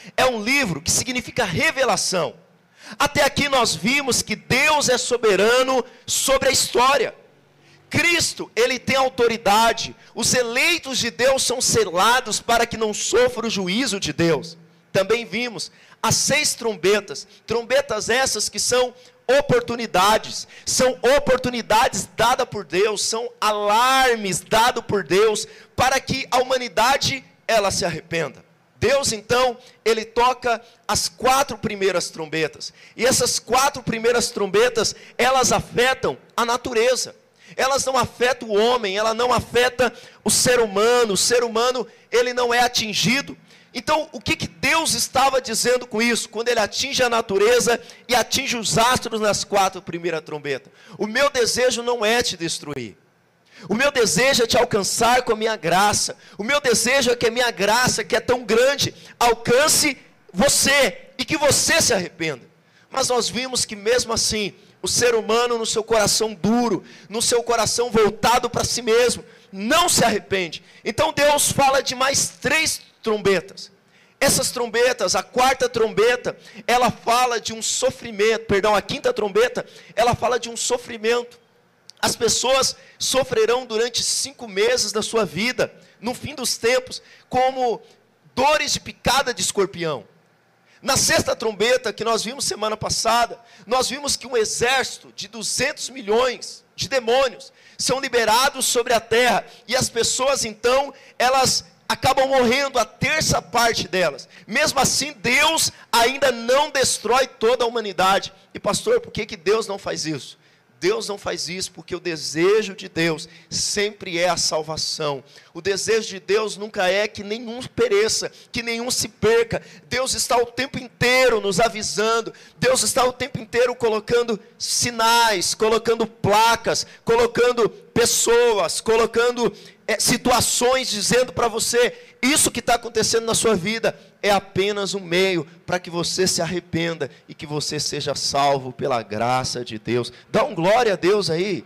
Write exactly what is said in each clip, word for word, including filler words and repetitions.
é um livro que significa revelação. Até aqui nós vimos que Deus é soberano sobre a história. Cristo, ele tem autoridade. Os eleitos de Deus são selados para que não sofram o juízo de Deus. Também vimos as seis trombetas. Trombetas essas que são oportunidades. São oportunidades dadas por Deus. São alarmes dados por Deus para que a humanidade, ela se arrependa. Deus então, ele toca as quatro primeiras trombetas. E essas quatro primeiras trombetas, elas afetam a natureza. Elas não afetam o homem, ela não afeta o ser humano. O ser humano, ele não é atingido. Então, o que, que Deus estava dizendo com isso? Quando ele atinge a natureza e atinge os astros nas quatro primeiras trombetas. O meu desejo não é te destruir. O meu desejo é te alcançar com a minha graça. O meu desejo é que a minha graça, que é tão grande, alcance você e que você se arrependa. Mas nós vimos que mesmo assim, o ser humano no seu coração duro, no seu coração voltado para si mesmo, não se arrepende. Então Deus fala de mais três trombetas. Essas trombetas, a quarta trombeta, ela fala de um sofrimento, perdão, a quinta trombeta, ela fala de um sofrimento. As pessoas sofrerão durante cinco meses da sua vida, no fim dos tempos, como dores de picada de escorpião. Na sexta trombeta, que nós vimos semana passada, nós vimos que um exército de duzentos milhões de demônios são liberados sobre a terra, e as pessoas então, elas acabam morrendo, a terça parte delas. Mesmo assim, Deus ainda não destrói toda a humanidade. E pastor, por que que Deus não faz isso? Deus não faz isso porque o desejo de Deus sempre é a salvação. O desejo de Deus nunca é que nenhum pereça, que nenhum se perca. Deus está o tempo inteiro nos avisando. Deus está o tempo inteiro colocando sinais, colocando placas, colocando pessoas, colocando é, situações, dizendo para você, isso que está acontecendo na sua vida é apenas um meio para que você se arrependa e que você seja salvo pela graça de Deus. Dá um glória a Deus aí.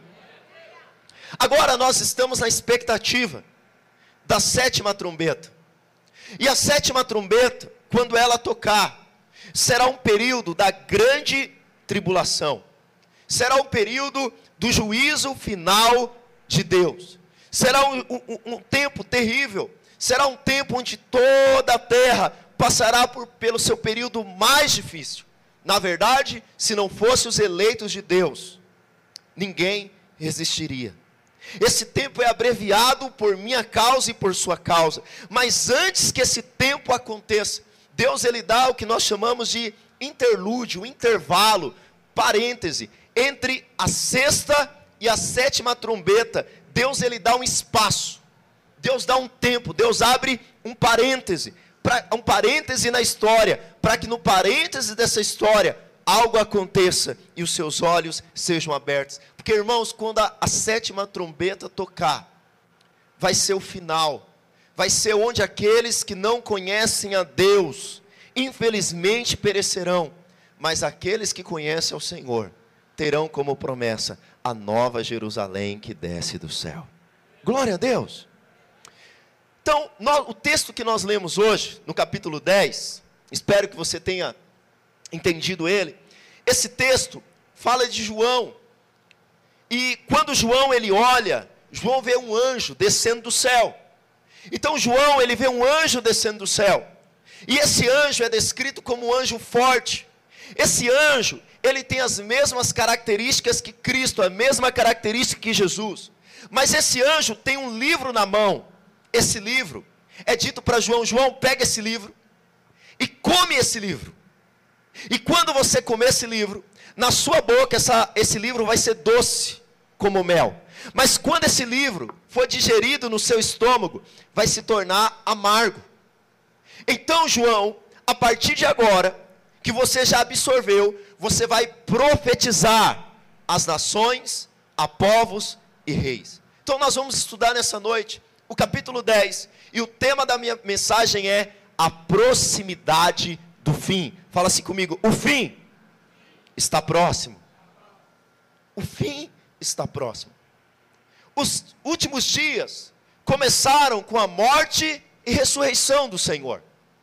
Agora nós estamos na expectativa da sétima trombeta. E a sétima trombeta, quando ela tocar, será um período da grande tribulação. Será um período do juízo final de Deus. Será um, um, um tempo terrível. Será um tempo onde toda a terra passará por, pelo seu período mais difícil. Na verdade, se não fossem os eleitos de Deus, ninguém resistiria. Esse tempo é abreviado por minha causa e por sua causa. Mas antes que esse tempo aconteça, Deus ele dá o que nós chamamos de interlúdio, intervalo, parêntese, entre a sexta e a sétima trombeta. Deus ele dá um espaço. Deus dá um tempo, Deus abre um parêntese, pra, um parêntese na história, para que no parêntese dessa história, algo aconteça e os seus olhos sejam abertos. Porque irmãos, quando a, a sétima trombeta tocar, vai ser o final, vai ser onde aqueles que não conhecem a Deus, infelizmente perecerão, mas aqueles que conhecem ao Senhor, terão como promessa, a nova Jerusalém que desce do céu. Glória a Deus! Então, nós, o texto que nós lemos hoje, no capítulo dez, espero que você tenha entendido ele. Esse texto fala de João. E quando João ele olha, João vê um anjo descendo do céu. Então João ele vê um anjo descendo do céu. E esse anjo é descrito como um anjo forte. Esse anjo, ele tem as mesmas características que Cristo, a mesma característica que Jesus. Mas esse anjo tem um livro na mão. Esse livro, é dito para João, João, pega esse livro e come esse livro. E quando você comer esse livro, na sua boca essa, esse livro vai ser doce como mel. Mas quando esse livro for digerido no seu estômago, vai se tornar amargo. Então João, a partir de agora, que você já absorveu, você vai profetizar às nações, a povos e reis. Então nós vamos estudar nessa noite o capítulo dez, e o tema da minha mensagem é a proximidade do fim. Fala assim comigo, o fim está próximo. O fim está próximo. Os últimos dias começaram com a morte e ressurreição do Senhor.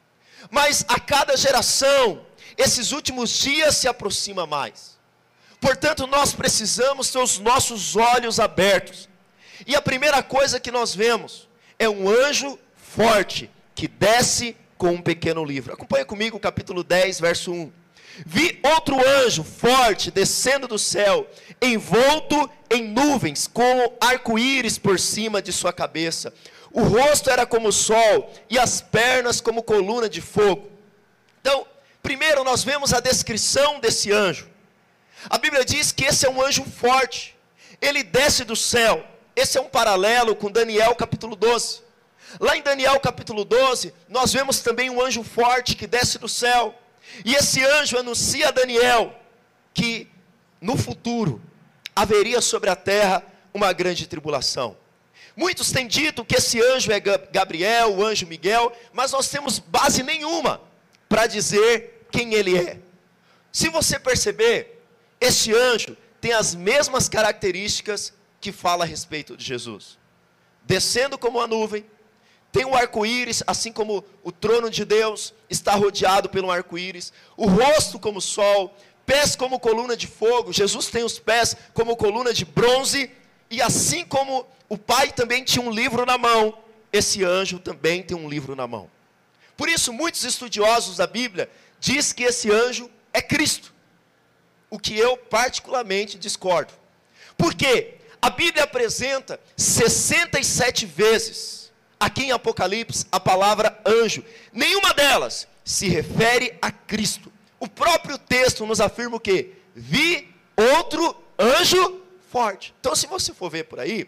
Mas a cada geração, esses últimos dias se aproxima mais. Portanto, nós precisamos ter os nossos olhos abertos. E a primeira coisa que nós vemos é um anjo forte que desce com um pequeno livro. Acompanha comigo o capítulo dez, verso um. Vi outro anjo forte descendo do céu, envolto em nuvens, com arco-íris por cima de sua cabeça. O rosto era como o sol e as pernas como coluna de fogo. Então, primeiro nós vemos a descrição desse anjo. A Bíblia diz que esse é um anjo forte. Ele desce do céu. Esse é um paralelo com Daniel capítulo doze. Lá em Daniel capítulo doze, nós vemos também um anjo forte que desce do céu. E esse anjo anuncia a Daniel que no futuro haveria sobre a terra uma grande tribulação. Muitos têm dito que esse anjo é Gabriel, o anjo Miguel, mas nós temos base nenhuma para dizer quem ele é. Se você perceber, esse anjo tem as mesmas características que fala a respeito de Jesus. Descendo como uma nuvem, tem um arco-íris, assim como o trono de Deus está rodeado pelo arco-íris, o rosto como sol, pés como coluna de fogo. Jesus tem os pés como coluna de bronze, e assim como o Pai também tinha um livro na mão, esse anjo também tem um livro na mão. Por isso, muitos estudiosos da Bíblia dizem que esse anjo é Cristo, o que eu particularmente discordo. Por quê? A Bíblia apresenta sessenta e sete vezes, aqui em Apocalipse, a palavra anjo. Nenhuma delas se refere a Cristo. O próprio texto nos afirma o quê? Vi outro anjo forte. Então, se você for ver por aí,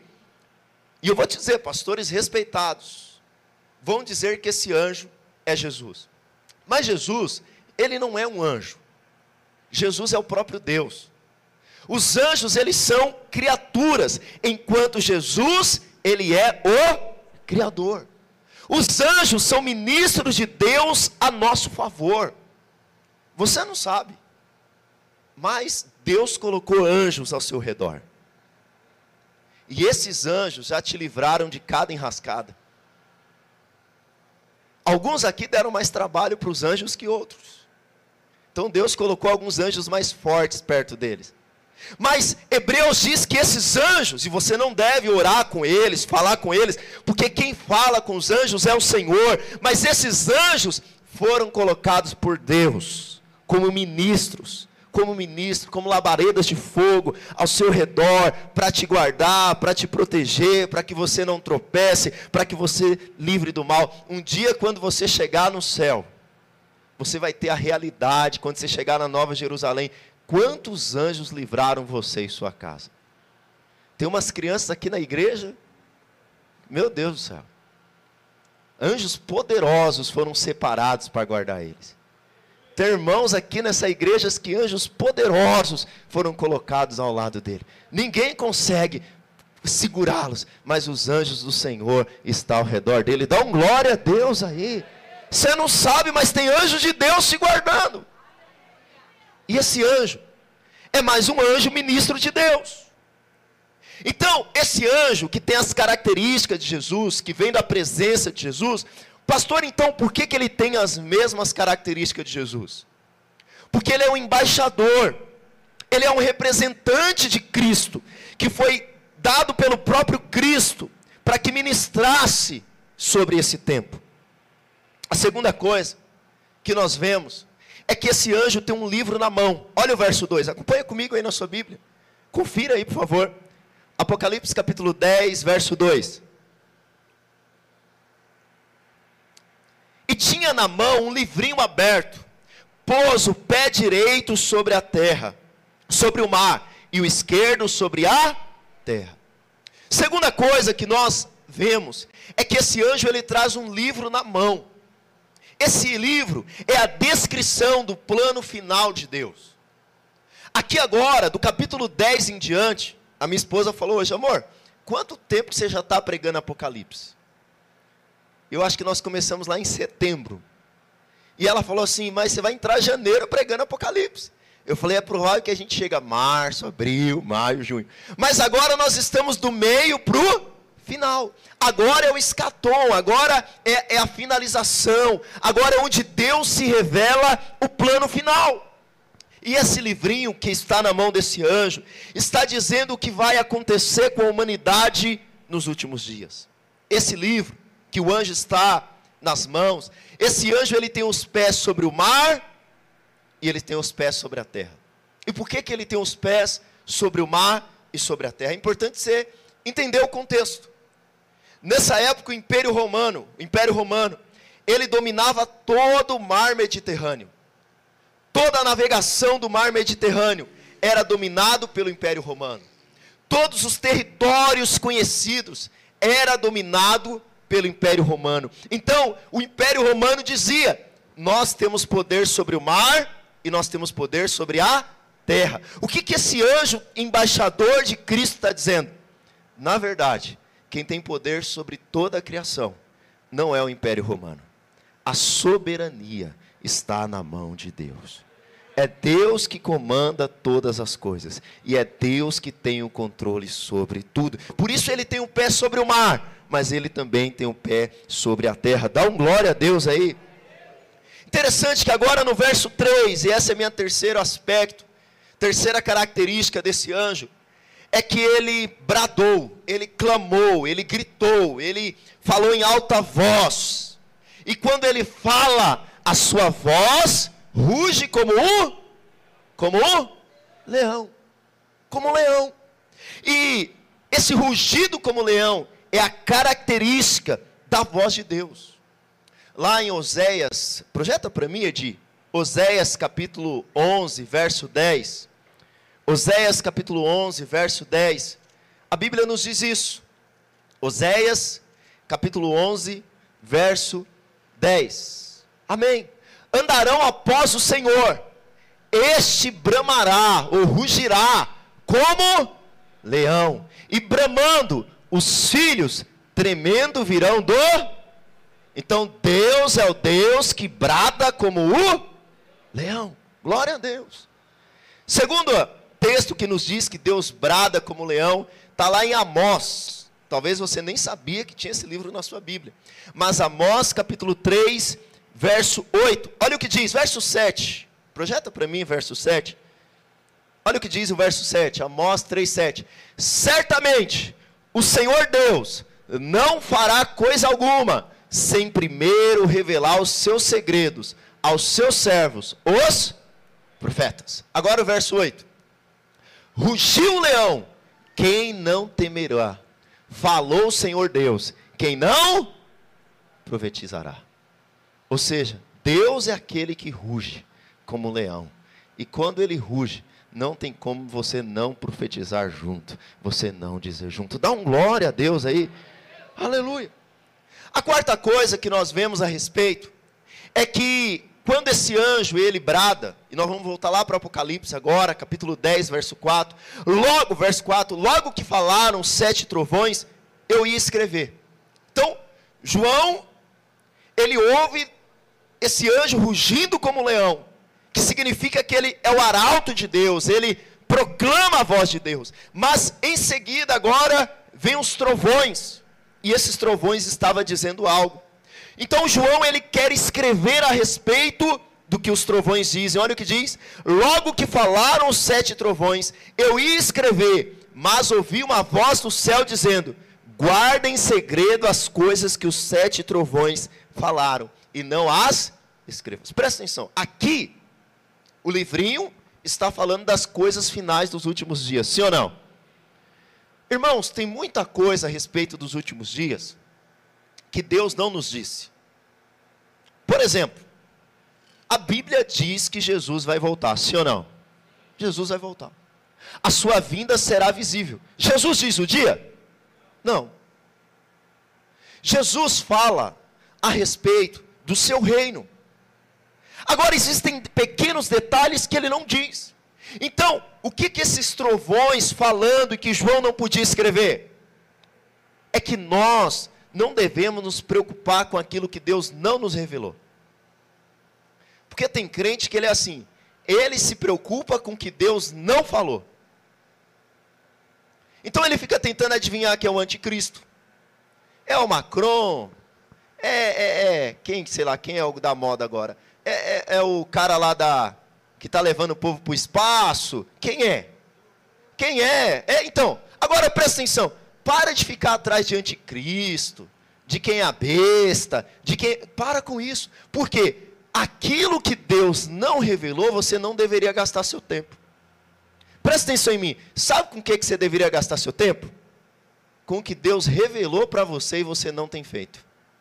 e eu vou te dizer, pastores respeitados vão dizer que esse anjo é Jesus. Mas Jesus, ele não é um anjo. Jesus é o próprio Deus. Os anjos, eles são criaturas, enquanto Jesus, ele é o Criador. Os anjos são ministros de Deus a nosso favor. Você não sabe, mas Deus colocou anjos ao seu redor. E esses anjos já te livraram de cada enrascada. Alguns aqui deram mais trabalho para os anjos que outros. Então Deus colocou alguns anjos mais fortes perto deles. Mas Hebreus diz que esses anjos, e você não deve orar com eles, falar com eles, porque quem fala com os anjos é o Senhor. Mas esses anjos foram colocados por Deus como ministros, como ministros, como labaredas de fogo ao seu redor, para te guardar, para te proteger, para que você não tropece, para que você livre do mal. Um dia, quando você chegar no céu, você vai ter a realidade, quando você chegar na Nova Jerusalém, quantos anjos livraram você e sua casa. Tem umas crianças aqui na igreja, meu Deus do céu, anjos poderosos foram separados para guardar eles. Tem irmãos aqui nessa igreja que anjos poderosos foram colocados ao lado dele. Ninguém consegue segurá-los, mas os anjos do Senhor estão ao redor dele. Dá um glória a Deus aí. Você não sabe, mas tem anjos de Deus te guardando. E esse anjo é mais um anjo ministro de Deus. Então, esse anjo que tem as características de Jesus, que vem da presença de Jesus, pastor, então, por que, que ele tem as mesmas características de Jesus? Porque ele é um embaixador, ele é um representante de Cristo, que foi dado pelo próprio Cristo, para que ministrasse sobre esse tempo. A segunda coisa que nós vemos, é que esse anjo tem um livro na mão. Olha o verso dois, acompanha comigo aí na sua Bíblia. Confira aí, por favor. Apocalipse capítulo dez, verso dois. E tinha na mão um livrinho aberto, pôs o pé direito sobre a terra, sobre o mar, e o esquerdo sobre a terra. Segunda coisa que nós vemos, é que esse anjo ele traz um livro na mão. Esse livro é a descrição do plano final de Deus. Aqui agora, do capítulo dez em diante, a minha esposa falou hoje, amor, quanto tempo você já está pregando Apocalipse? Eu acho que nós começamos lá em setembro. E ela falou assim, mas você vai entrar em janeiro pregando Apocalipse. Eu falei, é provável que a gente chega a março, abril, maio, junho. Mas agora nós estamos do meio para o final. Agora é o escatom, agora é, é a finalização, agora é onde Deus se revela o plano final. E esse livrinho que está na mão desse anjo, está dizendo o que vai acontecer com a humanidade nos últimos dias. Esse livro, que o anjo está nas mãos, esse anjo ele tem os pés sobre o mar, e ele tem os pés sobre a terra. E por que que ele tem os pés sobre o mar e sobre a terra? É importante você entender o contexto. Nessa época o Império Romano, o Império Romano, ele dominava todo o mar Mediterrâneo. Toda a navegação do mar Mediterrâneo era dominado pelo Império Romano. Todos os territórios conhecidos era dominado pelo Império Romano. Então, o Império Romano dizia: nós temos poder sobre o mar e nós temos poder sobre a terra. O que que esse anjo embaixador de Cristo está dizendo? Na verdade, quem tem poder sobre toda a criação não é o Império Romano. A soberania está na mão de Deus. É Deus que comanda todas as coisas. E é Deus que tem o controle sobre tudo. Por isso ele tem um pé sobre o mar, mas ele também tem um pé sobre a terra. Dá um glória a Deus aí. Interessante que agora no verso três, e esse é meu terceiro aspecto, terceira característica desse anjo, é que ele bradou, ele clamou, ele gritou, ele falou em alta voz. E quando ele fala, a sua voz ruge como um, como um leão, como um leão. E esse rugido como leão é a característica da voz de Deus. Lá em Oséias, projeta para mim, Edi, Oséias capítulo onze, verso dez. Oséias capítulo onze, verso dez. A Bíblia nos diz isso. Oséias capítulo onze, verso dez. Amém. Andarão após o Senhor, este bramará ou rugirá como leão, e bramando os filhos tremendo virão do... Então Deus é o Deus que brada como o leão. Glória a Deus. Segundo texto que nos diz que Deus brada como leão, está lá em Amós. Talvez você nem sabia que tinha esse livro na sua Bíblia, mas Amós capítulo três, verso oito, olha o que diz, verso sete, projeta para mim verso sete, olha o que diz o verso sete, Amós três, sete, certamente o Senhor Deus não fará coisa alguma, sem primeiro revelar os seus segredos aos seus servos, os profetas. Agora o verso oito, rugiu o leão, quem não temerá? Falou o Senhor Deus, quem não profetizará? Ou seja, Deus é aquele que ruge como um leão. E quando ele ruge, não tem como você não profetizar junto, você não dizer junto. Dá um glória a Deus aí. Aleluia. A quarta coisa que nós vemos a respeito é que quando esse anjo ele brada, e nós vamos voltar lá para o Apocalipse agora, capítulo dez, verso quatro. Logo, verso quatro, logo que falaram sete trovões, eu ia escrever. Então, João, ele ouve esse anjo rugindo como um leão, que significa que ele é o arauto de Deus, ele proclama a voz de Deus. Mas em seguida agora vem os trovões, e esses trovões estavam dizendo algo. Então João ele quer escrever a respeito do que os trovões dizem. Olha o que diz: logo que falaram os sete trovões, eu ia escrever, mas ouvi uma voz do céu dizendo: guarda em segredo as coisas que os sete trovões falaram, e não as escrevas. Presta atenção, aqui o livrinho está falando das coisas finais dos últimos dias, sim ou não? Irmãos, tem muita coisa a respeito dos últimos dias que Deus não nos disse. Por exemplo, a Bíblia diz que Jesus vai voltar, sim ou não? Jesus vai voltar. A sua vinda será visível. Jesus diz o dia? Não. Jesus fala a respeito do seu reino. Agora existem pequenos detalhes que ele não diz. Então, o que que esses trovões falando e que João não podia escrever? É que nós não devemos nos preocupar com aquilo que Deus não nos revelou. Porque tem crente que ele é assim, ele se preocupa com o que Deus não falou. Então ele fica tentando adivinhar que é o anticristo. é o Macron, é, é, é quem, sei lá, quem é o da moda agora? É, é, é o cara lá da, que está levando o povo para o espaço? Quem é? Quem é? É? Então, agora presta atenção, para de ficar atrás de anticristo, de quem é a besta, de quem... Para com isso, porque aquilo que Deus não revelou, você não deveria gastar seu tempo. Presta atenção em mim, sabe com o que você deveria gastar seu tempo? Com o que Deus revelou para você e você não tem feito.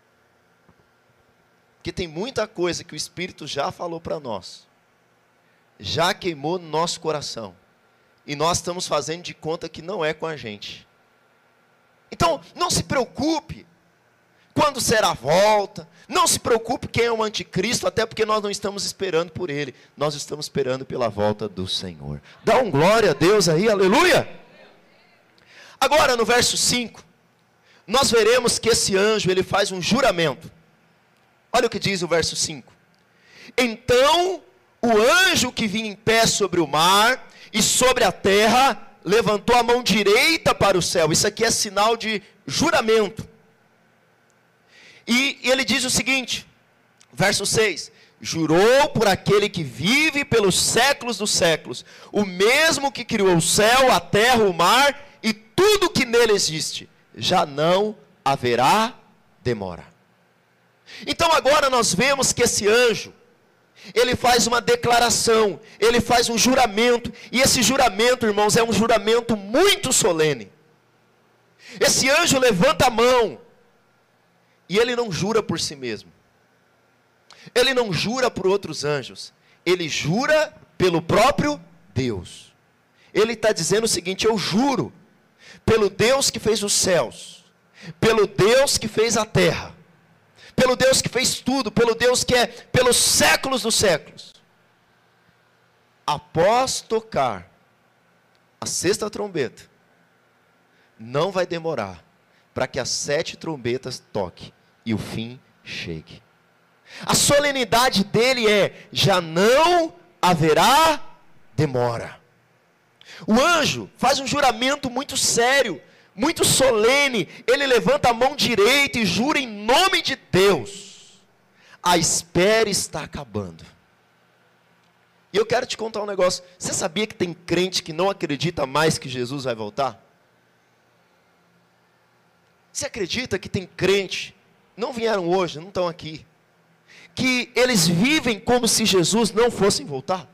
Porque tem muita coisa que o Espírito já falou para nós, já queimou no nosso coração, e nós estamos fazendo de conta que não é com a gente. Então, não se preocupe quando será a volta, não se preocupe quem é o anticristo, até porque nós não estamos esperando por ele, nós estamos esperando pela volta do Senhor. Dá um glória a Deus aí, aleluia! Agora no verso cinco, nós veremos que esse anjo, ele faz um juramento. Olha o que diz o verso cinco. Então, o anjo que vinha em pé sobre o mar e sobre a terra, levantou a mão direita para o céu. Isso aqui é sinal de juramento. E ele diz o seguinte, verso seis, jurou por aquele que vive pelos séculos dos séculos, o mesmo que criou o céu, a terra, o mar e tudo que nele existe, já não haverá demora. Então agora nós vemos que esse anjo, ele faz uma declaração, ele faz um juramento, e esse juramento, irmãos, é um juramento muito solene. Esse anjo levanta a mão, e ele não jura por si mesmo, ele não jura por outros anjos, ele jura pelo próprio Deus. Ele está dizendo o seguinte: eu juro pelo Deus que fez os céus, pelo Deus que fez a terra, pelo Deus que fez tudo, pelo Deus que é pelos séculos dos séculos. Após tocar a sexta trombeta, não vai demorar para que as sete trombetas toquem e o fim chegue. A solenidade dele é: já não haverá demora. O anjo faz um juramento muito sério, muito solene. Ele levanta a mão direita e jura em nome de Deus: a espera está acabando. E eu quero te contar um negócio. Você sabia que tem crente que não acredita mais que Jesus vai voltar? Você acredita que tem crente, não vieram hoje, não estão aqui, que eles vivem como se Jesus não fosse voltar?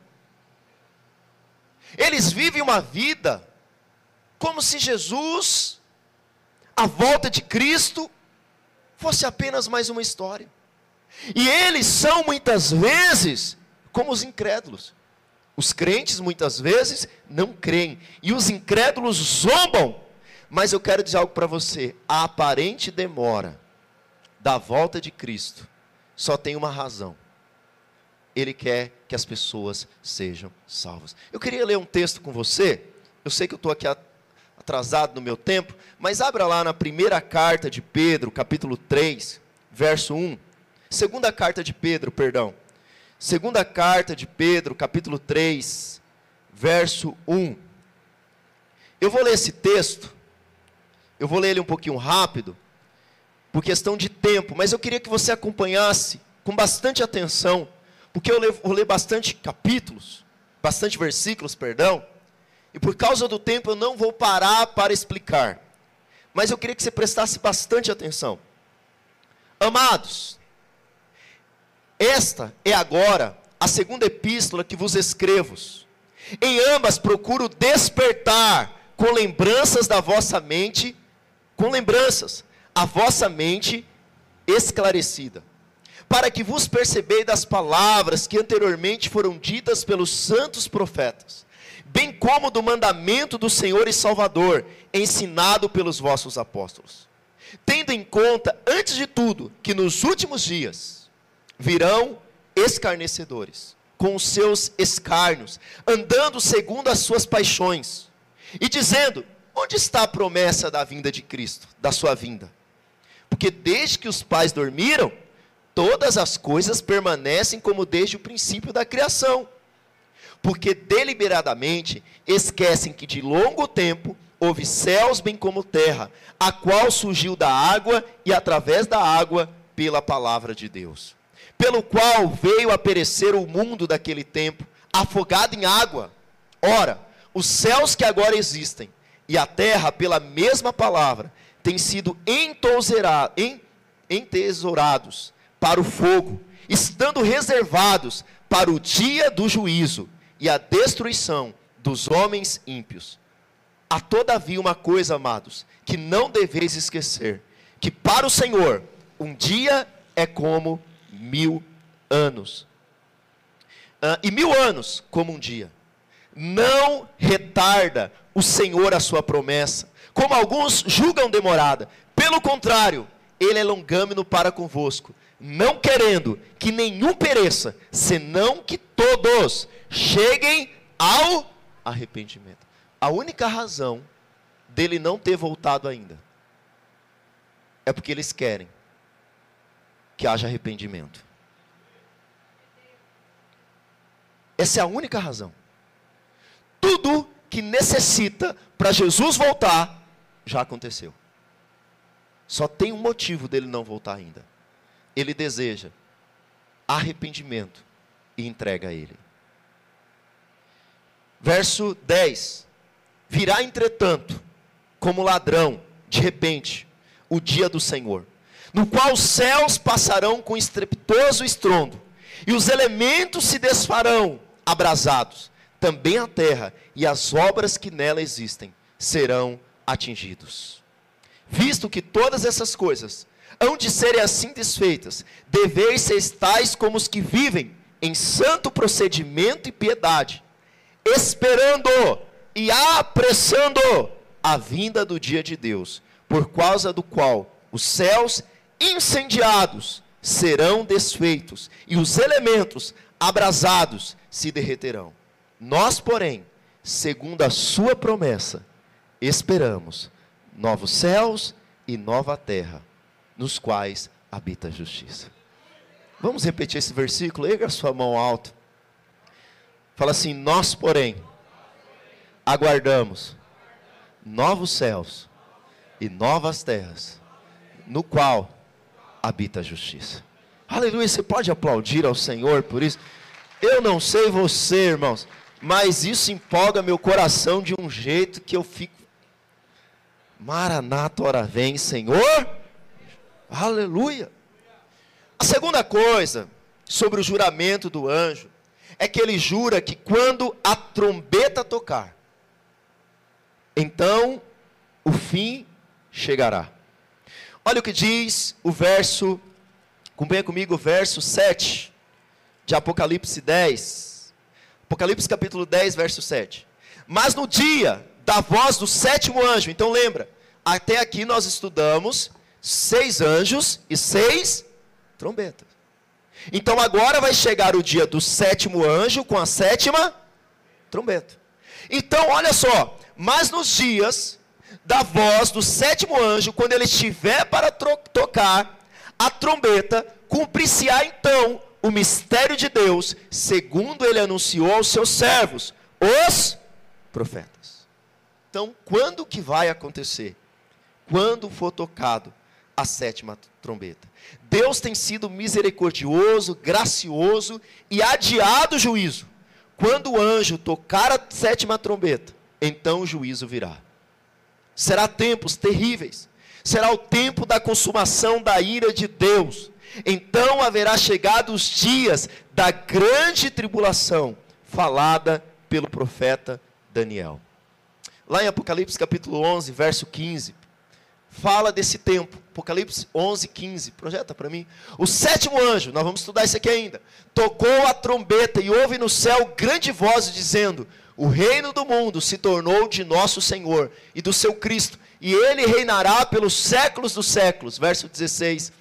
Eles vivem uma vida como se Jesus, a volta de Cristo, fosse apenas mais uma história. E eles são muitas vezes como os incrédulos. Os crentes muitas vezes não creem, e os incrédulos zombam. Mas eu quero dizer algo para você: a aparente demora da volta de Cristo só tem uma razão: Ele quer que as pessoas sejam salvas. Eu queria ler um texto com você. Eu sei que eu estou aqui atrasado no meu tempo, mas abra lá na primeira carta de Pedro, capítulo três, verso um. Segunda carta de Pedro, perdão. Segunda carta de Pedro, capítulo três, verso um. Eu vou ler esse texto. Eu vou ler ele um pouquinho rápido, por questão de tempo, mas eu queria que você acompanhasse com bastante atenção, porque eu vou ler bastante capítulos, bastante versículos, perdão, e por causa do tempo eu não vou parar para explicar, mas eu queria que você prestasse bastante atenção. Amados, esta é agora a segunda epístola que vos escrevo. Em ambas procuro despertar com lembranças da vossa mente, com lembranças, a vossa mente esclarecida, para que vos percebeis das palavras que anteriormente foram ditas pelos santos profetas, bem como do mandamento do Senhor e Salvador, ensinado pelos vossos apóstolos. Tendo em conta, antes de tudo, que nos últimos dias virão escarnecedores, com os seus escárnios, andando segundo as suas paixões, e dizendo: onde está a promessa da vinda de Cristo, da sua vinda? Porque desde que os pais dormiram, todas as coisas permanecem como desde o princípio da criação. Porque deliberadamente esquecem que de longo tempo houve céus bem como terra, a qual surgiu da água e através da água pela palavra de Deus, pelo qual veio a perecer o mundo daquele tempo, afogado em água. Ora, os céus que agora existem e a terra, pela mesma palavra, têm sido entesourados para o fogo, estando reservados para o dia do juízo e a destruição dos homens ímpios. Há todavia uma coisa, amados, que não deveis esquecer, que para o Senhor um dia é como mil anos, uh, e mil anos como um dia. Não retarda o Senhor a sua promessa, como alguns julgam demorada. Pelo contrário, Ele é longâmino para convosco, não querendo que nenhum pereça, senão que todos cheguem ao arrependimento. A única razão dele não ter voltado ainda é porque eles querem que haja arrependimento. Essa é a única razão. Tudo que necessita para Jesus voltar, já aconteceu. Só tem um motivo dele não voltar ainda. Ele deseja arrependimento e entrega a ele. Verso dez. Virá entretanto, como ladrão, de repente, o dia do Senhor, no qual os céus passarão com estrepitoso estrondo, e os elementos se desfarão abrasados, também a terra e as obras que nela existem serão atingidos. Visto que todas essas coisas hão de serem assim desfeitas, deveis ser tais como os que vivem em santo procedimento e piedade, esperando e apressando a vinda do dia de Deus, por causa do qual os céus incendiados serão desfeitos, e os elementos abrasados se derreterão. Nós, porém, segundo a sua promessa, esperamos novos céus e nova terra, nos quais habita a justiça. Vamos repetir esse versículo? Erga a sua mão alto. Fala assim: nós, porém, aguardamos novos céus e novas terras, no qual habita a justiça. Aleluia. Você pode aplaudir ao Senhor por isso? Eu não sei você, irmãos, mas isso empolga meu coração de um jeito que eu fico: Maranata, ora vem, Senhor. Aleluia. A segunda coisa sobre o juramento do anjo é que ele jura que quando a trombeta tocar, então o fim chegará. Olha o que diz o verso, acompanha comigo o verso sete de Apocalipse dez. Apocalipse capítulo dez, verso sete. Mas no dia da voz do sétimo anjo, então lembra, até aqui nós estudamos seis anjos e seis trombetas. Então agora vai chegar o dia do sétimo anjo com a sétima trombeta. Então olha só, mas nos dias da voz do sétimo anjo, quando ele estiver para tocar a trombeta, cumprir-se-á então o mistério de Deus, segundo ele anunciou aos seus servos, os profetas. Então, quando que vai acontecer? Quando for tocado a sétima trombeta. Deus tem sido misericordioso, gracioso e adiado o juízo. Quando o anjo tocar a sétima trombeta, então o juízo virá. Será tempos terríveis. Será o tempo da consumação da ira de Deus. Então haverá chegado os dias da grande tribulação, falada pelo profeta Daniel. Lá em Apocalipse capítulo onze, verso quinze, fala desse tempo. Apocalipse onze, quinze, projeta para mim. O sétimo anjo, nós vamos estudar isso aqui ainda, tocou a trombeta e houve no céu grande voz dizendo: o reino do mundo se tornou de nosso Senhor e do seu Cristo, e ele reinará pelos séculos dos séculos. Verso dezesseis.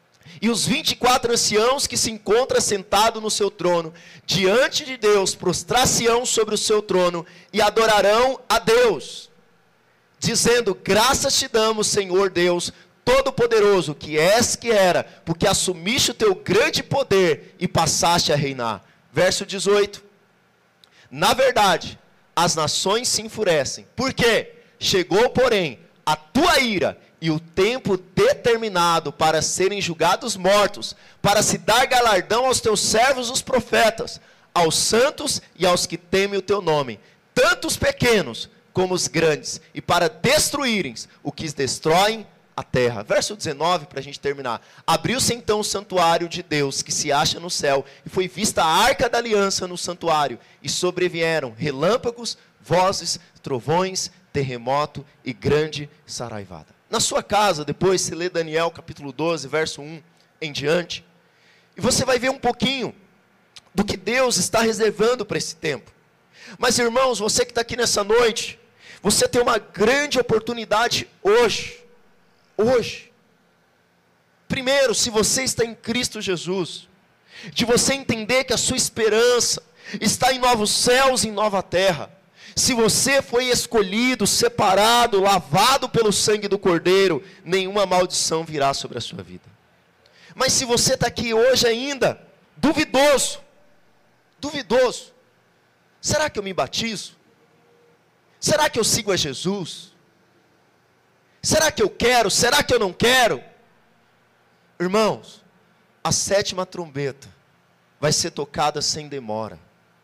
E os vinte e quatro anciãos que se encontram sentados no seu trono, diante de Deus, prostrar-se-ão sobre o seu trono e adorarão a Deus, dizendo: graças te damos, Senhor Deus Todo-Poderoso, que és que era, porque assumiste o teu grande poder e passaste a reinar. Verso dezoito. Na verdade, as nações se enfurecem. Por quê? Chegou, porém, a tua ira e o tempo determinado para serem julgados mortos, para se dar galardão aos teus servos os profetas, aos santos e aos que temem o teu nome, tanto os pequenos como os grandes, e para destruírem o que destroem a terra. Verso dezenove, para a gente terminar. Abriu-se então o santuário de Deus, que se acha no céu, e foi vista a arca da aliança no santuário, e sobrevieram relâmpagos, vozes, trovões, terremoto e grande saraivada. Na sua casa, depois você lê Daniel capítulo doze, verso um em diante, e você vai ver um pouquinho do que Deus está reservando para esse tempo. Mas irmãos, você que está aqui nessa noite, você tem uma grande oportunidade hoje, hoje, primeiro, se você está em Cristo Jesus, de você entender que a sua esperança está em novos céus e em nova terra. Se você foi escolhido, separado, lavado pelo sangue do Cordeiro, nenhuma maldição virá sobre a sua vida. Mas se você está aqui hoje ainda, duvidoso, duvidoso, será que eu me batizo? Será que eu sigo a Jesus? Será que eu quero? Será que eu não quero? Irmãos, a sétima trombeta vai ser tocada sem demora.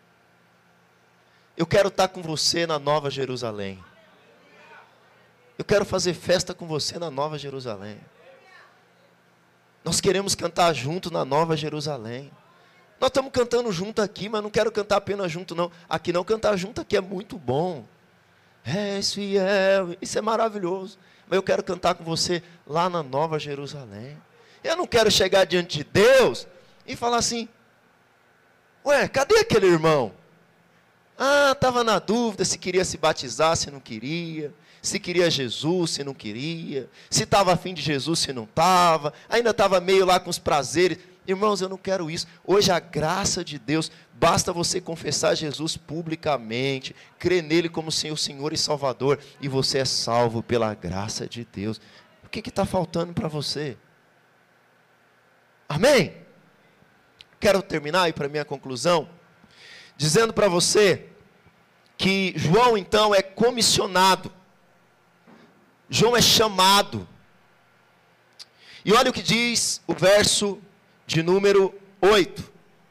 Eu quero estar com você na Nova Jerusalém. Eu quero fazer festa com você na Nova Jerusalém. Nós queremos cantar junto na Nova Jerusalém. Nós estamos cantando junto aqui, mas não quero cantar apenas junto não. Aqui não, cantar junto aqui é muito bom. É fiel, isso é maravilhoso. Mas eu quero cantar com você lá na Nova Jerusalém. Eu não quero chegar diante de Deus e falar assim: ué, cadê aquele irmão? Ah, estava na dúvida se queria se batizar, se não queria. Se queria Jesus, se não queria. Se estava afim de Jesus, se não estava. Ainda estava meio lá com os prazeres. Irmãos, eu não quero isso. Hoje a graça de Deus, basta você confessar Jesus publicamente, crer nele como seu Senhor e Salvador, e você é salvo pela graça de Deus. O que está faltando para você? Amém? Quero terminar e para minha conclusão, dizendo para você que João então é comissionado. João é chamado. E olha o que diz o verso de número oito.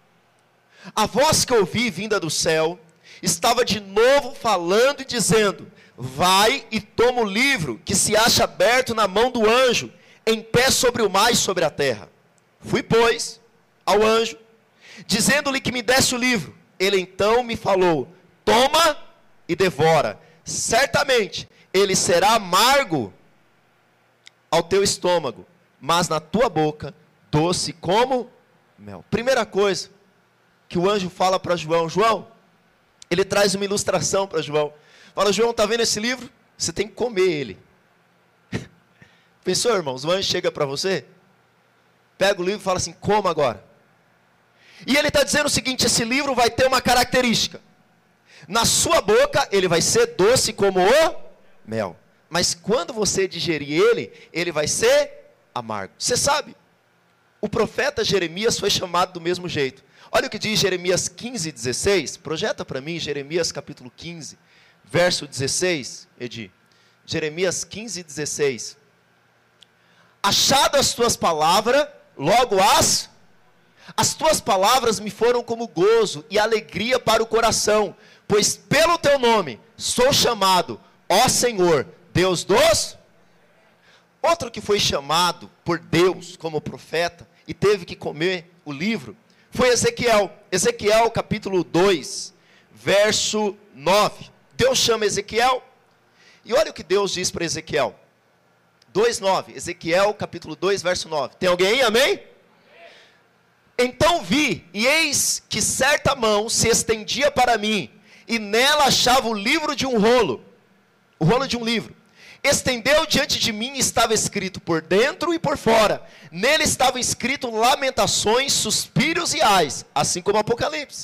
A voz que ouvi vinda do céu, estava de novo falando e dizendo: vai e toma o livro que se acha aberto na mão do anjo, em pé sobre o mar e sobre a terra. Fui, pois, ao anjo, dizendo-lhe que me desse o livro. Ele então me falou: toma e devora. Certamente ele será amargo ao teu estômago, mas na tua boca doce como mel. Primeira coisa que o anjo fala para João. João, ele traz uma ilustração para João. Fala: João, está vendo esse livro? Você tem que comer ele. Pensou, irmãos? O anjo chega para você, pega o livro e fala assim: coma agora. E ele está dizendo o seguinte: esse livro vai ter uma característica. Na sua boca ele vai ser doce como o mel. Mas quando você digerir ele, ele vai ser amargo. Você sabe, o profeta Jeremias foi chamado do mesmo jeito. Olha o que diz Jeremias quinze, dezesseis. Projeta para mim Jeremias capítulo quinze, verso dezesseis, Edi. Jeremias quinze, dezesseis. Achado as tuas palavras, logo as... As tuas palavras me foram como gozo e alegria para o coração, pois pelo teu nome sou chamado, ó Senhor, Deus dos... Outro que foi chamado por Deus como profeta e teve que comer o livro foi Ezequiel. Ezequiel capítulo dois, verso nove. Deus chama Ezequiel, e olha o que Deus diz para Ezequiel. dois, nove. Ezequiel capítulo dois, verso nove. Tem alguém aí? Amém? Então vi, e eis que certa mão se estendia para mim, e nela achava o livro de um rolo, o rolo de um livro. Estendeu diante de mim e estava escrito por dentro e por fora. Nele estavam escritos lamentações, suspiros e ais, assim como Apocalipse.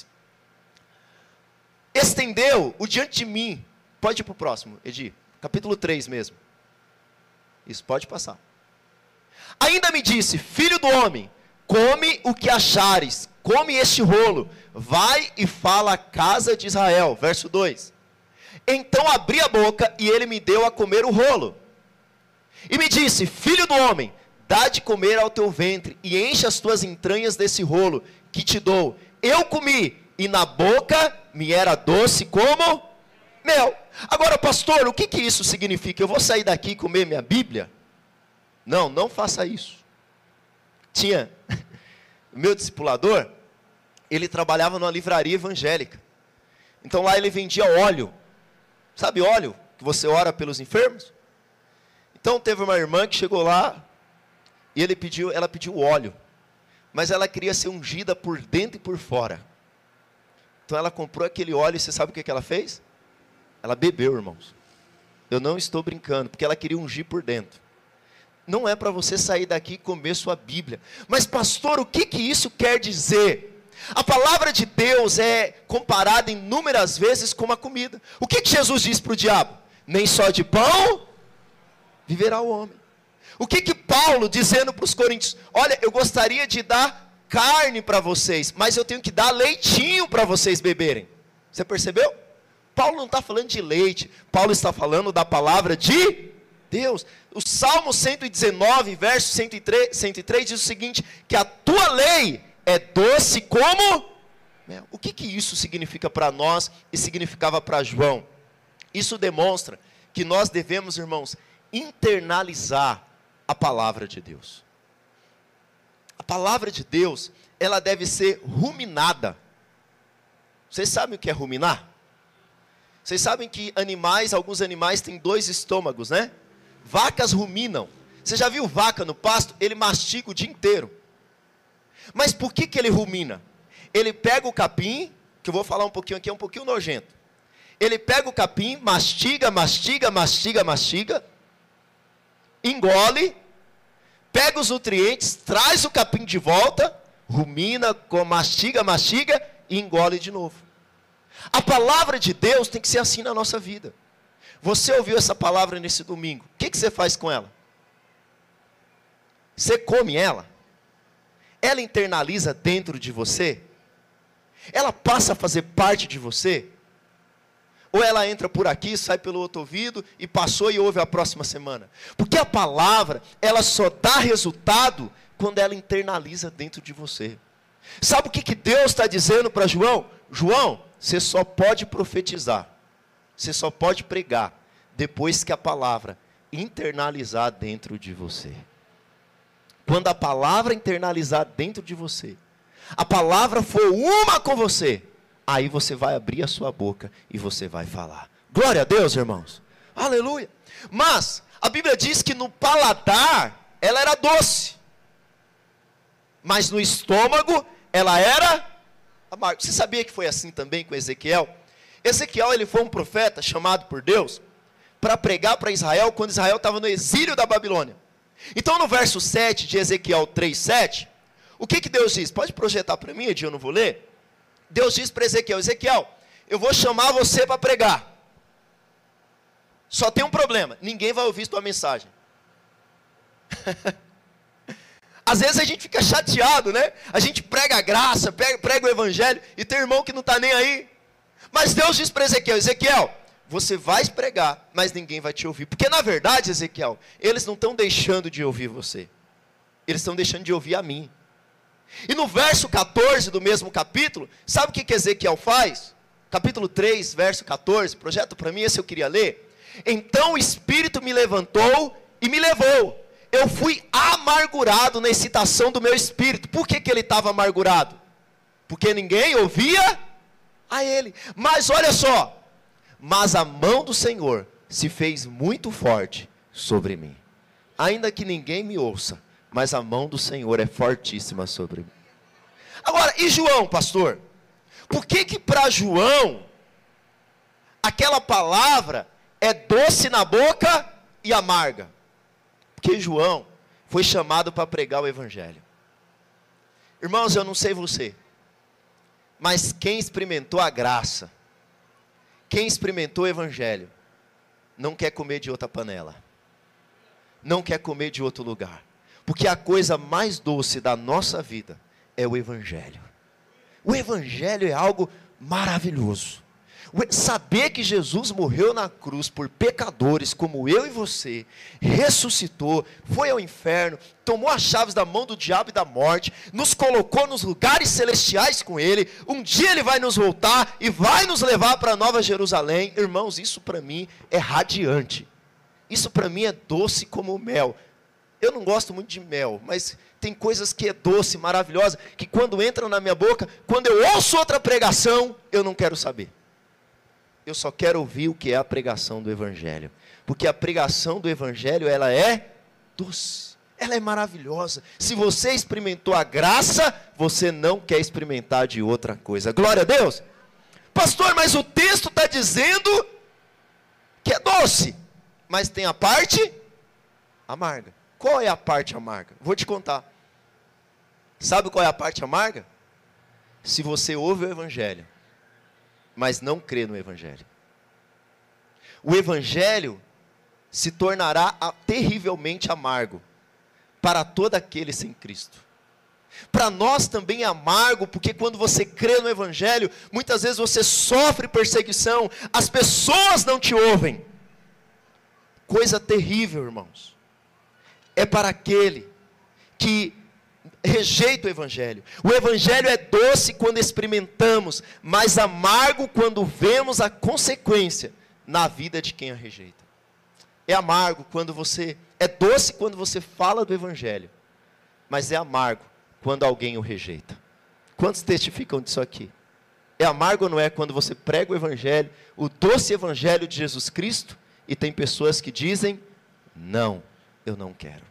Estendeu o diante de mim. Pode ir para o próximo, Edi. Capítulo três mesmo. Isso, pode passar. Ainda me disse: filho do homem, come o que achares, come este rolo, vai e fala à casa de Israel. Verso dois. Então abri a boca e ele me deu a comer o rolo. E me disse: filho do homem, dá de comer ao teu ventre e enche as tuas entranhas desse rolo que te dou. Eu comi e na boca me era doce como mel. Agora, pastor, o que que isso significa? Eu vou sair daqui e comer minha Bíblia? Não, não faça isso. Tinha o meu discipulador, ele trabalhava numa livraria evangélica. Então lá ele vendia óleo. Sabe óleo que você ora pelos enfermos? Então teve uma irmã que chegou lá e ele pediu, ela pediu óleo, mas ela queria ser ungida por dentro e por fora. Então ela comprou aquele óleo e você sabe o que que ela fez? Ela bebeu, irmãos. Eu não estou brincando, porque ela queria ungir por dentro. Não é para você sair daqui e comer sua Bíblia. Mas pastor, o que que isso quer dizer? A palavra de Deus é comparada inúmeras vezes com uma comida. O que que Jesus disse para o diabo? Nem só de pão viverá o homem. O que que Paulo dizendo para os coríntios? Olha, eu gostaria de dar carne para vocês, mas eu tenho que dar leitinho para vocês beberem. Você percebeu? Paulo não está falando de leite, Paulo está falando da palavra de Deus. O Salmo cento e dezenove, verso cento e três, cento e três diz o seguinte: que a tua lei é doce como mel. O que que isso significa para nós e significava para João? Isso demonstra que nós devemos, irmãos, internalizar a palavra de Deus. A palavra de Deus, ela deve ser ruminada. Vocês sabem o que é ruminar? Vocês sabem que animais, alguns animais têm dois estômagos, né? Vacas ruminam. Você já viu vaca no pasto? Ele mastiga o dia inteiro. Mas por que que ele rumina? Ele pega o capim, que eu vou falar um pouquinho aqui, é um pouquinho nojento. Ele pega o capim, mastiga, mastiga, mastiga, mastiga, engole, pega os nutrientes, traz o capim de volta, rumina, mastiga, mastiga e engole de novo. A palavra de Deus tem que ser assim na nossa vida. Você ouviu essa palavra nesse domingo, o que que você faz com ela? Você come ela? Ela internaliza dentro de você? Ela passa a fazer parte de você? Ou ela entra por aqui, sai pelo outro ouvido e passou e ouve a próxima semana? Porque a palavra, ela só dá resultado quando ela internaliza dentro de você. Sabe o que que Deus está dizendo para João? João, você só pode profetizar, você só pode pregar depois que a palavra internalizar dentro de você. Quando a palavra internalizar dentro de você, a palavra for uma com você, aí você vai abrir a sua boca e você vai falar. Glória a Deus, irmãos. Aleluia. Mas a Bíblia diz que no paladar ela era doce, mas no estômago ela era amarga. Você sabia que foi assim também com Ezequiel? Ezequiel, ele foi um profeta chamado por Deus para pregar para Israel quando Israel estava no exílio da Babilônia. Então no verso sete de Ezequiel três, sete, o que que Deus diz? Pode projetar para mim, Edinho, eu não vou ler. Deus diz para Ezequiel: Ezequiel, eu vou chamar você para pregar. Só tem um problema, ninguém vai ouvir tua mensagem. Às vezes a gente fica chateado, né? A gente prega a graça, prega, prega o evangelho, e tem irmão que não está nem aí. Mas Deus diz para Ezequiel: Ezequiel, você vai pregar, mas ninguém vai te ouvir. Porque na verdade, Ezequiel, eles não estão deixando de ouvir você. Eles estão deixando de ouvir a mim. E no verso quatorze do mesmo capítulo, sabe o que que Ezequiel faz? Capítulo três, verso quatorze, projeta para mim, esse eu queria ler. Então o Espírito me levantou e me levou. Eu fui amargurado na excitação do meu espírito. Por que que ele estava amargurado? Porque ninguém ouvia a ele. Mas olha só, mas a mão do Senhor se fez muito forte sobre mim. Ainda que ninguém me ouça, mas a mão do Senhor é fortíssima sobre mim. Agora, e João, pastor? Por que que para João, aquela palavra é doce na boca e amarga? Porque João foi chamado para pregar o evangelho. Irmãos, eu não sei você, mas quem experimentou a graça, quem experimentou o evangelho, não quer comer de outra panela, não quer comer de outro lugar. Porque a coisa mais doce da nossa vida é o evangelho. O evangelho é algo maravilhoso. Saber que Jesus morreu na cruz por pecadores como eu e você, ressuscitou, foi ao inferno, tomou as chaves da mão do diabo e da morte, nos colocou nos lugares celestiais com Ele, um dia Ele vai nos voltar e vai nos levar para a Nova Jerusalém. Irmãos, isso para mim é radiante, isso para mim é doce como mel. Eu não gosto muito de mel, mas tem coisas que é doce, maravilhosa, que quando entram na minha boca, quando eu ouço outra pregação, eu não quero saber. Eu só quero ouvir o que é a pregação do Evangelho. Porque a pregação do Evangelho, ela é doce. Ela é maravilhosa. Se você experimentou a graça, você não quer experimentar de outra coisa. Glória a Deus. Pastor, mas o texto está dizendo que é doce. Mas tem a parte amarga. Qual é a parte amarga? Vou te contar. Sabe qual é a parte amarga? Se você ouve o Evangelho, mas não crê no Evangelho. O Evangelho se tornará terrivelmente amargo para todo aquele sem Cristo. Para nós também é amargo, porque quando você crê no Evangelho, muitas vezes você sofre perseguição, as pessoas não te ouvem. Coisa terrível, irmãos. É para aquele que rejeita o Evangelho. O Evangelho é doce quando experimentamos, mas amargo quando vemos a consequência na vida de quem a rejeita. É amargo quando você, é doce quando você fala do Evangelho, mas é amargo quando alguém o rejeita. Quantos testificam disso aqui? É amargo ou não é quando você prega o Evangelho, o doce Evangelho de Jesus Cristo, e tem pessoas que dizem, não, eu não quero.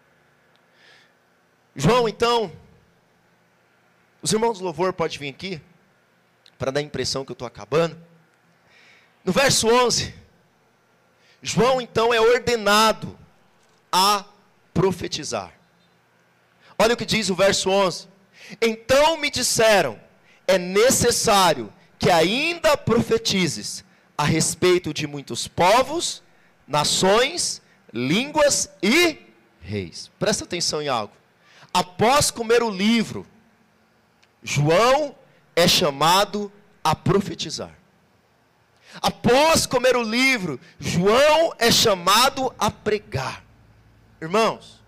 João, então, os irmãos do louvor podem vir aqui, para dar a impressão que eu estou acabando. No verso onze, João então é ordenado a profetizar. Olha o que diz o verso onze. Então me disseram, é necessário que ainda profetizes a respeito de muitos povos, nações, línguas e reis. Presta atenção em algo. Após comer o livro, João é chamado a profetizar. Após comer o livro, João é chamado a pregar. Irmãos,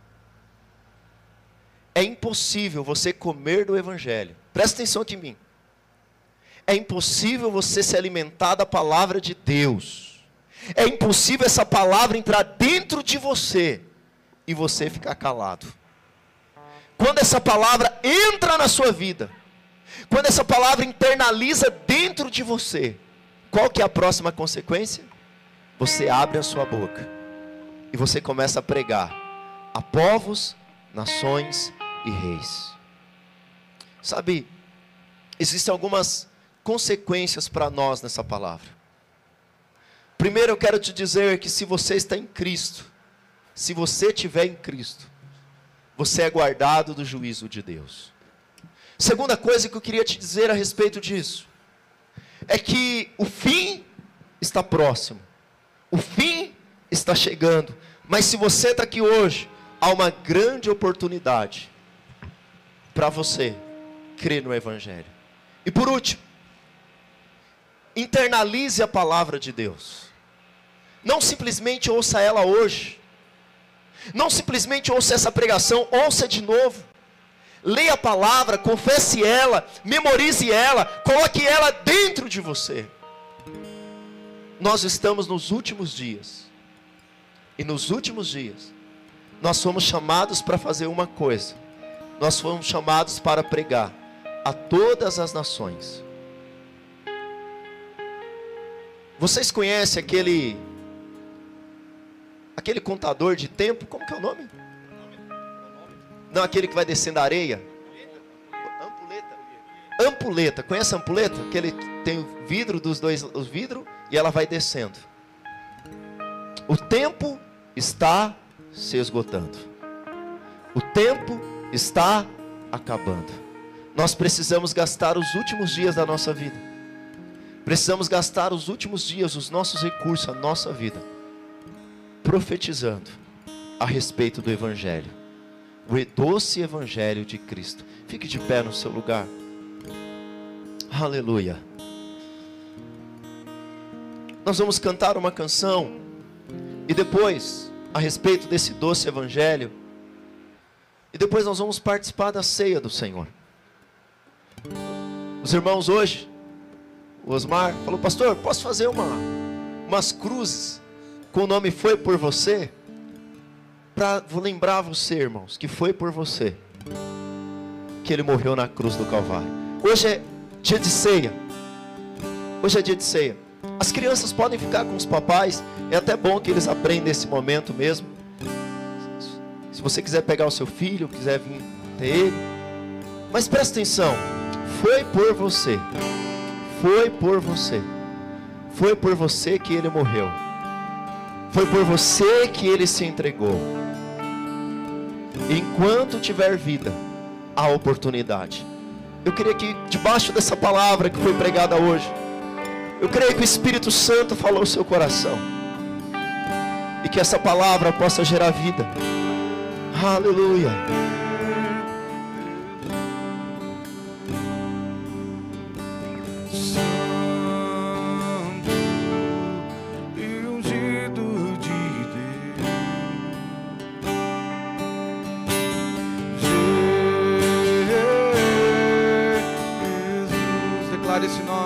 é impossível você comer do Evangelho. Presta atenção aqui em mim. É impossível você se alimentar da palavra de Deus. É impossível essa palavra entrar dentro de você e você ficar calado. Quando essa palavra entra na sua vida, quando essa palavra internaliza dentro de você, qual que é a próxima consequência? Você abre a sua boca e você começa a pregar a povos, nações e reis. Sabe, existem algumas consequências para nós nessa palavra. Primeiro eu quero te dizer que se você está em Cristo, se você estiver em Cristo, você é guardado do juízo de Deus. Segunda coisa que eu queria te dizer a respeito disso, é que o fim está próximo, o fim está chegando, mas se você está aqui hoje, há uma grande oportunidade para você crer no Evangelho. E por último, internalize a palavra de Deus. Não simplesmente ouça ela hoje, não simplesmente ouça essa pregação, ouça de novo. Leia a palavra, confesse ela, memorize ela, coloque ela dentro de você. Nós estamos nos últimos dias. E nos últimos dias, nós fomos chamados para fazer uma coisa. Nós fomos chamados para pregar a todas as nações. Vocês conhecem aquele aquele contador de tempo? Como que é o nome? Não, aquele que vai descendo a areia. Ampuleta. Ampuleta. Conhece a ampuleta? Aquele que tem o vidro dos dois, os vidros, e ela vai descendo. O tempo está se esgotando. O tempo está acabando. Nós precisamos gastar os últimos dias da nossa vida. Precisamos gastar os últimos dias, os nossos recursos, a nossa vida, profetizando a respeito do Evangelho. O doce Evangelho de Cristo. Fique de pé no seu lugar. Aleluia. nós vamos cantar uma canção e depois, a respeito desse doce evangelho, e depois nós vamos participar da ceia do Senhor. Os irmãos hoje, o Osmar falou: pastor, posso fazer uma, umas cruzes com o nome Foi Por Você? Para lembrar você, irmãos, que foi por você que Ele morreu na cruz do Calvário. Hoje é dia de ceia. Hoje é dia de ceia. As crianças podem ficar com os papais. É até bom que eles aprendam esse momento mesmo. Se você quiser pegar o seu filho, quiser vir ter ele. Mas presta atenção. Foi por você. Foi por você. Foi por você que Ele morreu. Foi por você que Ele se entregou. Enquanto tiver vida, há oportunidade. Eu queria que debaixo dessa palavra que foi pregada hoje, eu creio que o Espírito Santo falou ao seu coração, e que essa palavra possa gerar vida. Aleluia. Esse nome.